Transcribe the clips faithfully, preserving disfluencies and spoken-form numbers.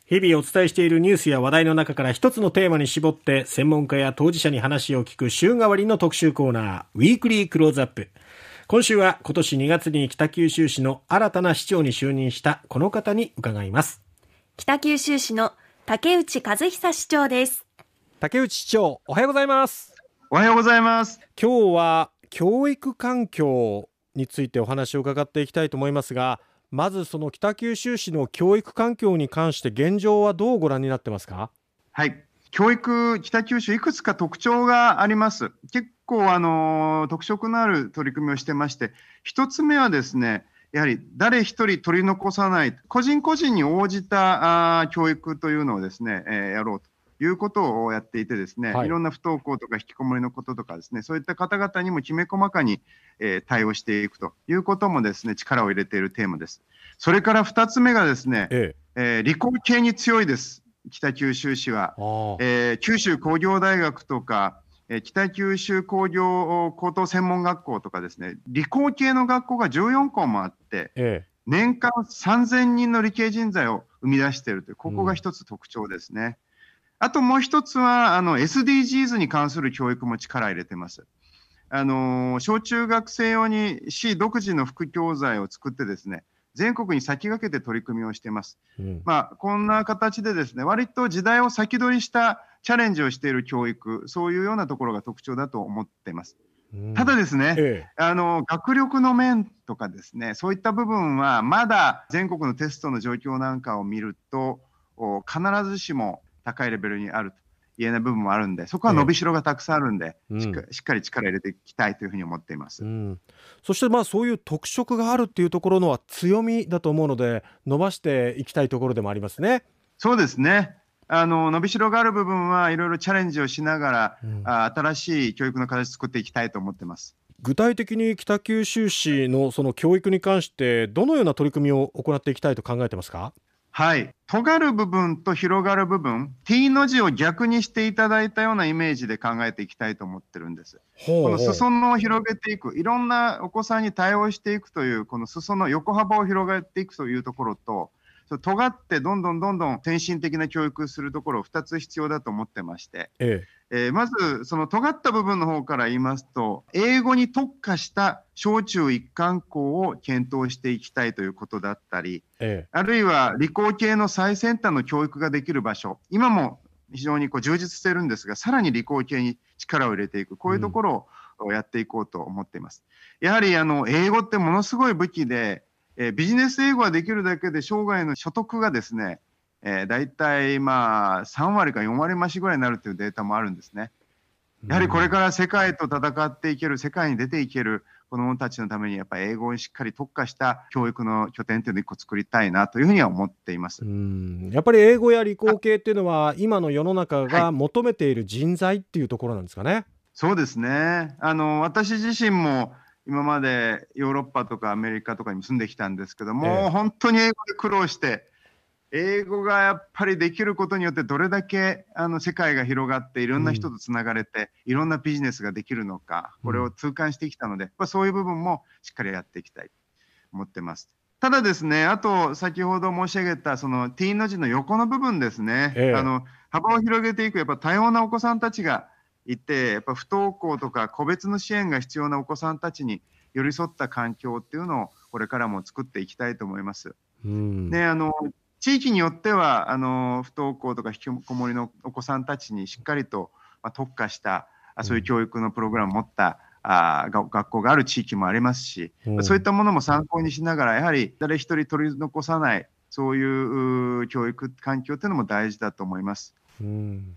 日々お伝えしているニュースや話題の中から一つのテーマに絞って専門家や当事者に話を聞く週替わりの特集コーナー、ウィークリークローズアップ。今週は今年にがつに北九州市の新たな市長に就任したこの方に伺います。 北九州市の竹内和久市長です。 竹内市長、おはようございます。 おはようございます。 今日は教育環境についてお話を伺っていきたいと思いますが、まずその北九州市の教育環境に関して現状はどうご覧になってますか？ はい、教育北九州いくつか特徴があります。結構あの特色のある取り組みをしてまして、一つ目はですね、やはり誰一人取り残さない、個人個人に応じたあ教育というのをですね、えー、やろうということをやっていてですね、はい、いろんな不登校とか引きこもりのこととかですね、そういった方々にもきめ細かに、えー、対応していくということもですね、力を入れているテーマです。それからふたつめがですね、えええー、理工系に強いです。北九州市は、えー、九州工業大学とか、えー、北九州工業高等専門学校とかですね、理工系の学校がじゅうよんこもあって、ええ、年間さんぜんにんの理系人材を生み出しているという、ここが一つ特徴ですね。うん、あともう一つはあの エスディージーズ に関する教育も力を入れてます。あの小中学生用に市独自の副教材を作ってですね、全国に先駆けて取り組みをしています。うん、まあ、こんな形でですね、割と時代を先取りしたチャレンジをしている教育、そういうようなところが特徴だと思っています。うん、ただですね、ええ、あの学力の面とかですね、そういった部分はまだ全国のテストの状況なんかを見ると必ずしも高いレベルにあると言えない部分もあるんで、そこは伸びしろがたくさんあるんで、ええ、しっか、しっかり力を入れていきたいというふうに思っています。 うん、そしてまあそういう特色があるっていうところのは強みだと思うので、伸ばしていきたいところでもありますね。 そうですね。あの伸びしろがある部分はいろいろチャレンジをしながら、うん、あ新しい教育の形を作っていきたいと思ってます。 具体的に北九州市のその教育に関してどのような取り組みを行っていきたいと考えてますか？ はい、尖る部分と広がる部分、 T の字を逆にしていただいたようなイメージで考えていきたいと思ってるんです。ほうほう、この裾野を広げていく、いろんなお子さんに対応していくという、この裾野横幅を広げていくというところと、尖ってどんどんどんどん先進的な教育をするところふたつ必要だと思ってまして、えええー、まずその尖った部分の方から言いますと、英語に特化した小中一貫校を検討していきたいということだったり、ええ、あるいは理工系の最先端の教育ができる場所、今も非常にこう充実しているんですが、さらに理工系に力を入れていく、こういうところをやっていこうと思っています。うん、やはりあの英語ってものすごい武器で、えー、ビジネス英語ができるだけで生涯の所得がですね、えー、だいたいまあさんわりかよんわり増しぐらいになるというデータもあるんですね。やはりこれから世界と戦っていける、世界に出ていける子どもたちのために、やっぱり英語にしっかり特化した教育の拠点というのをいっこ作りたいなというふうには思っています。 うん、やっぱり英語や理工系っていうのは今の世の中が求めている人材っていうところなんですかね。はい、 そうですね。あの私自身も今までヨーロッパとかアメリカとかにも住んできたんですけども、ええ、本当に英語で苦労して、英語がやっぱりできることによってどれだけあの世界が広がっていろんな人とつながれて、うん、いろんなビジネスができるのか、これを痛感してきたので、うん、そういう部分もしっかりやっていきたいと思ってます。ただですね、あと先ほど申し上げたその T の字の横の部分ですね、ええ、あの幅を広げていく、やっぱ多様なお子さんたちがいて、やっぱ不登校とか個別の支援が必要なお子さんたちに寄り添った環境っていうのをこれからも作っていきたいと思います。うん、であの地域によってはあの不登校とか引きこもりのお子さんたちにしっかりと、まあ、特化したそういう教育のプログラムを持った、うん、あ学校がある地域もありますし、うん、そういったものも参考にしながら、やはり誰一人取り残さないそういう教育環境というのも大事だと思います。 うん、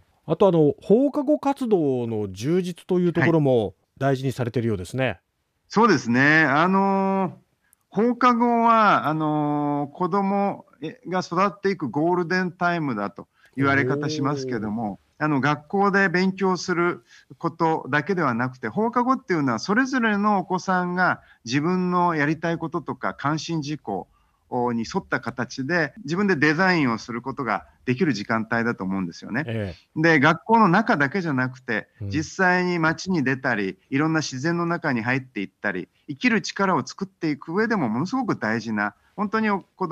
あとあの放課後活動の充実というところも大事にされているようですね。はい、 そうですね。あのー、放課後はあのー、子どもが育っていくゴールデンタイムだと言われ方しますけども、あの学校で勉強することだけではなくて、放課後っていうのはそれぞれのお子さんが自分のやりたいこととか関心事項に沿った形で自分でデザインをすることができる時間帯だと思うんですよね。ええ、で学校の中だけじゃなくて、実際に街に出たり、いろんな自然の中に入っていったり、生きる力を作っていく上でもものすごく大事な、本当に子ども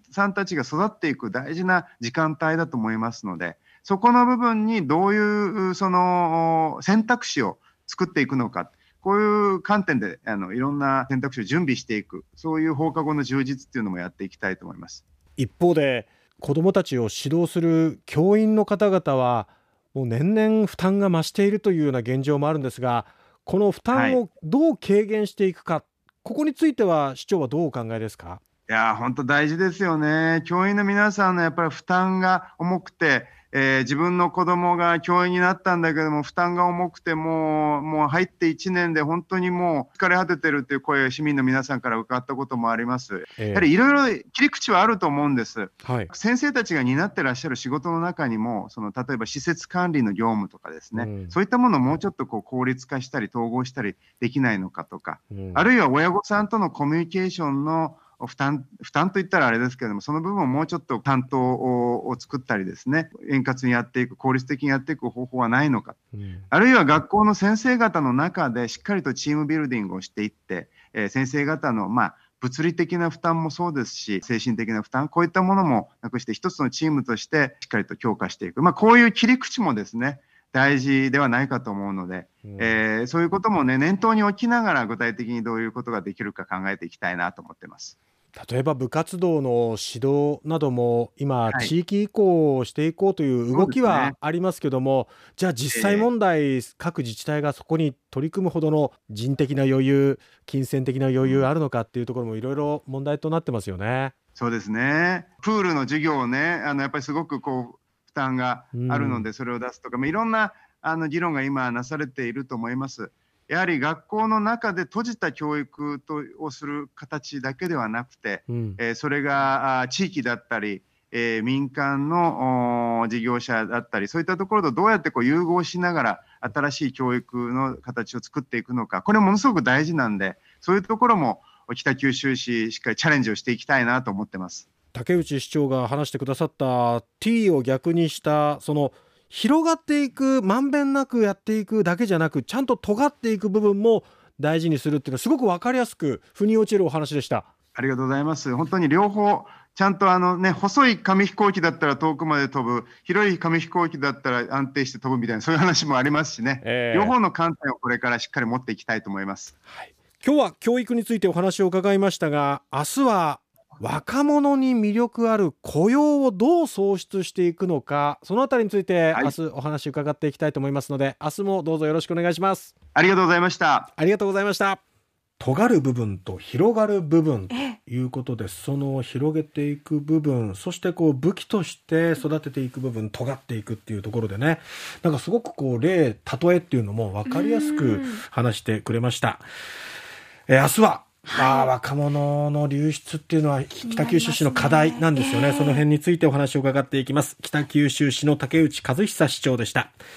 さんたちが育っていく大事な時間帯だと思いますので、そこの部分にどういうその選択肢を作っていくのか、こういう観点であのいろんな選択肢を準備していく、そういう放課後の充実っていうのもやっていきたいと思います。 一方で子どもたちを指導する教員の方々はもう年々負担が増しているというような現状もあるんですが、この負担をどう軽減していくか、はい、ここについては市長はどうお考えですか？ いや本当大事ですよね。教員の皆さんのやっぱり負担が重くて、えー、自分の子供が教員になったんだけども負担が重くて、もうもう入っていちねんで本当にもう疲れ果ててるっていう声を市民の皆さんから伺ったこともあります。えー、やはりいろいろ切り口はあると思うんです、はい、先生たちが担ってらっしゃる仕事の中にもその例えば施設管理の業務とかですね、うん、そういったものをもうちょっとこう効率化したり統合したりできないのかとか、うん、あるいは親御さんとのコミュニケーションの負担、負担といったらあれですけれども、その部分をもうちょっと担当を作ったりですね、円滑にやっていく、効率的にやっていく方法はないのか、うん、あるいは学校の先生方の中でしっかりとチームビルディングをしていって、えー、先生方のまあ物理的な負担もそうですし、精神的な負担、こういったものもなくして一つのチームとしてしっかりと強化していく、まあ、こういう切り口もですね大事ではないかと思うので、うんえー、そういうこともね念頭に置きながら具体的にどういうことができるか考えていきたいなと思ってます。 例えば部活動の指導なども今地域移行をしていこうという動きはありますけども、はいね、じゃあ実際問題、えー、各自治体がそこに取り組むほどの人的な余裕、金銭的な余裕あるのかっていうところもいろいろ問題となってますよね。 そうですね。プールの授業をねあのやっぱりすごくこう負担があるのでそれを出すとか、うん、いろんなあの議論が今なされていると思います。やはり学校の中で閉じた教育とをする形だけではなくて、うんえー、それが地域だったり、えー、民間の事業者だったりそういったところとどうやってこう融合しながら新しい教育の形を作っていくのか、これものすごく大事なんで、そういうところも北九州市しっかりチャレンジをしていきたいなと思ってます。 竹内市長が話してくださった T を逆にしたその広がっていく、まんべんなくやっていくだけじゃなくちゃんと尖っていく部分も大事にするっていうのはすごく分かりやすく腑に落ちるお話でした。 ありがとうございます。本当に両方ちゃんとあの、ね、細い紙飛行機だったら遠くまで飛ぶ、広い紙飛行機だったら安定して飛ぶみたいなそういう話もありますしね、えー、両方の観点をこれからしっかり持っていきたいと思います、 はい、今日は教育についてお話を伺いましたが、明日は若者に魅力ある雇用をどう創出していくのか、そのあたりについて明日お話伺っていきたいと思いますので、はい、明日もどうぞよろしくお願いします。 ありがとうございました。 ありがとうございました。尖る部分と広がる部分ということで、その広げていく部分、そしてこう武器として育てていく部分、尖っていくっていうところでね、なんかすごくこう例例えっていうのも分かりやすく話してくれました。えー、明日ははい、あ若者の流出っていうのは北九州市の課題なんですよね、えー、その辺についてお話を伺っていきます。北九州市の竹内和久市長でした。